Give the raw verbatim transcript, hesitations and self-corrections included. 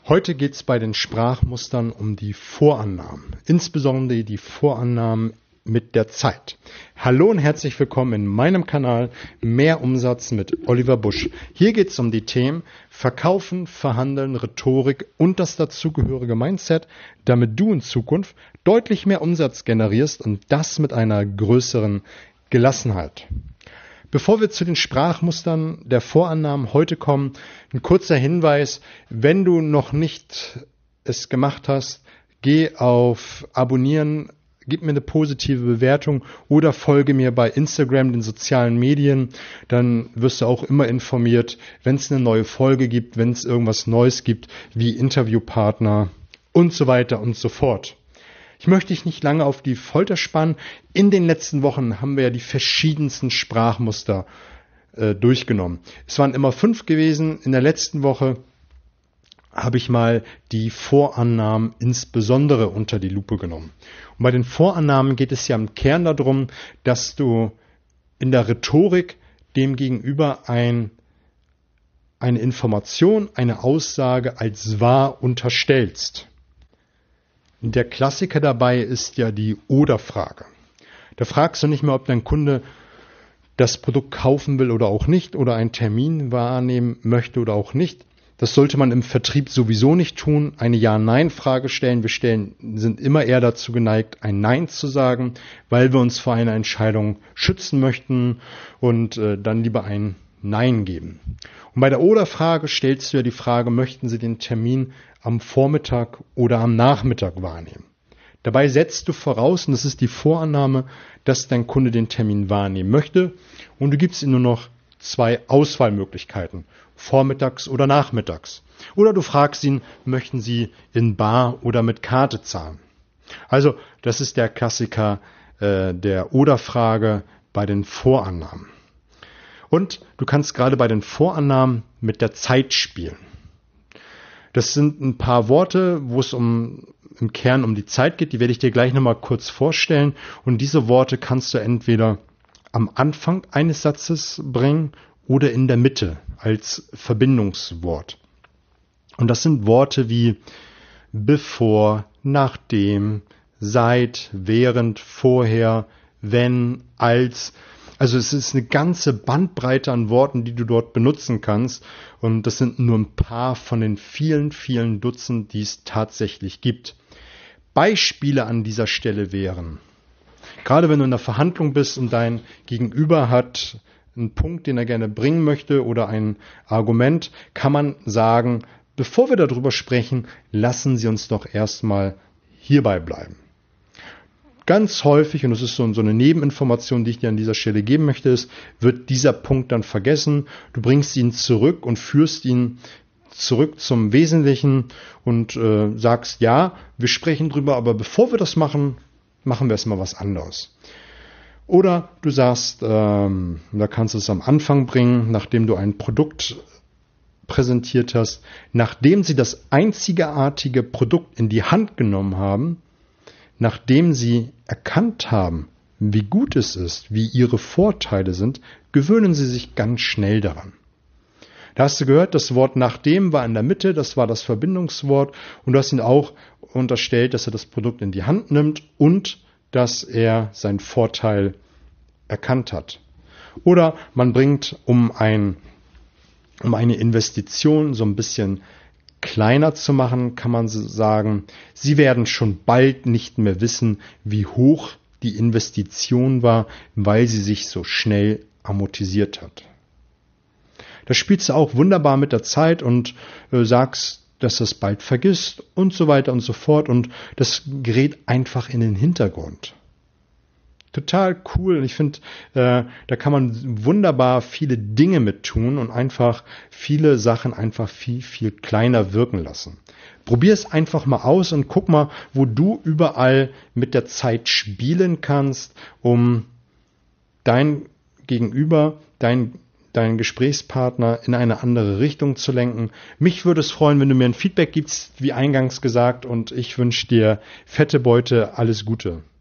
Heute geht es bei den Sprachmustern um die Vorannahmen, insbesondere die Vorannahmen mit der Zeit. Hallo und herzlich willkommen in meinem Kanal Mehr Umsatz mit Oliver Busch. Hier geht es um die Themen Verkaufen, Verhandeln, Rhetorik und das dazugehörige Mindset, damit du in Zukunft deutlich mehr Umsatz generierst und das mit einer größeren Gelassenheit. Bevor wir zu den Sprachmustern der Vorannahmen heute kommen, ein kurzer Hinweis: Wenn du noch nicht es gemacht hast, geh auf Abonnieren, gib mir eine positive Bewertung oder folge mir bei Instagram, den sozialen Medien. Dann wirst du auch immer informiert, wenn es eine neue Folge gibt, wenn es irgendwas Neues gibt, wie Interviewpartner und so weiter und so fort. Ich möchte dich nicht lange auf die Folter spannen. In den letzten Wochen haben wir ja die verschiedensten Sprachmuster äh, durchgenommen. Es waren immer fünf gewesen. In der letzten Woche habe ich mal die Vorannahmen insbesondere unter die Lupe genommen. Und bei den Vorannahmen geht es ja im Kern darum, dass du in der Rhetorik dem Gegenüber ein, eine Information, eine Aussage als wahr unterstellst. Der Klassiker dabei ist ja die Oder-Frage. Da fragst du nicht mehr, ob dein Kunde das Produkt kaufen will oder auch nicht oder einen Termin wahrnehmen möchte oder auch nicht. Das sollte man im Vertrieb sowieso nicht tun. Eine Ja-Nein-Frage stellen. Wir stellen, sind immer eher dazu geneigt, ein Nein zu sagen, weil wir uns vor einer Entscheidung schützen möchten und äh, dann lieber ein Nein geben. Und bei der Oder-Frage stellst du ja die Frage, möchten Sie den Termin am Vormittag oder am Nachmittag wahrnehmen? Dabei setzt du voraus, und das ist die Vorannahme, dass dein Kunde den Termin wahrnehmen möchte, und du gibst ihm nur noch zwei Auswahlmöglichkeiten, vormittags oder nachmittags. Oder du fragst ihn, möchten Sie in bar oder mit Karte zahlen? Also das ist der Klassiker äh, der Oder-Frage bei den Vorannahmen. Und du kannst gerade bei den Vorannahmen mit der Zeit spielen. Das sind ein paar Worte, wo es um, im Kern um die Zeit geht. Die werde ich dir gleich nochmal kurz vorstellen. Und diese Worte kannst du entweder am Anfang eines Satzes bringen oder in der Mitte als Verbindungswort. Und das sind Worte wie bevor, nachdem, seit, während, vorher, wenn, als. Also es ist eine ganze Bandbreite an Worten, die du dort benutzen kannst. Und das sind nur ein paar von den vielen, vielen Dutzend, die es tatsächlich gibt. Beispiele an dieser Stelle wären, gerade wenn du in einer Verhandlung bist und dein Gegenüber hat einen Punkt, den er gerne bringen möchte oder ein Argument, kann man sagen, bevor wir darüber sprechen, lassen Sie uns doch erstmal hierbei bleiben. Ganz häufig, und das ist so, so eine Nebeninformation, die ich dir an dieser Stelle geben möchte, ist, wird dieser Punkt dann vergessen. Du bringst ihn zurück und führst ihn zurück zum Wesentlichen und äh, sagst, ja, wir sprechen drüber, aber bevor wir das machen, machen wir erstmal was anderes. Oder du sagst, ähm, da kannst du es am Anfang bringen, nachdem du ein Produkt präsentiert hast, nachdem sie das einzigartige Produkt in die Hand genommen haben, nachdem sie erkannt haben, wie gut es ist, wie ihre Vorteile sind, gewöhnen sie sich ganz schnell daran. Da hast du gehört, das Wort nachdem war in der Mitte, das war das Verbindungswort, und du hast ihn auch unterstellt, dass er das Produkt in die Hand nimmt und dass er seinen Vorteil erkannt hat. Oder man bringt um, ein, um eine Investition so ein bisschen kleiner zu machen, kann man sagen, Sie werden schon bald nicht mehr wissen, wie hoch die Investition war, weil sie sich so schnell amortisiert hat. Da spielst du auch wunderbar mit der Zeit und äh, sagst, dass du es bald vergisst und so weiter und so fort, und das gerät einfach in den Hintergrund. Total cool, und ich finde, äh, da kann man wunderbar viele Dinge mit tun und einfach viele Sachen einfach viel, viel kleiner wirken lassen. Probier es einfach mal aus und guck mal, wo du überall mit der Zeit spielen kannst, um dein Gegenüber, dein deinen Gesprächspartner in eine andere Richtung zu lenken. Mich würde es freuen, wenn du mir ein Feedback gibst, wie eingangs gesagt, und ich wünsche dir fette Beute, alles Gute.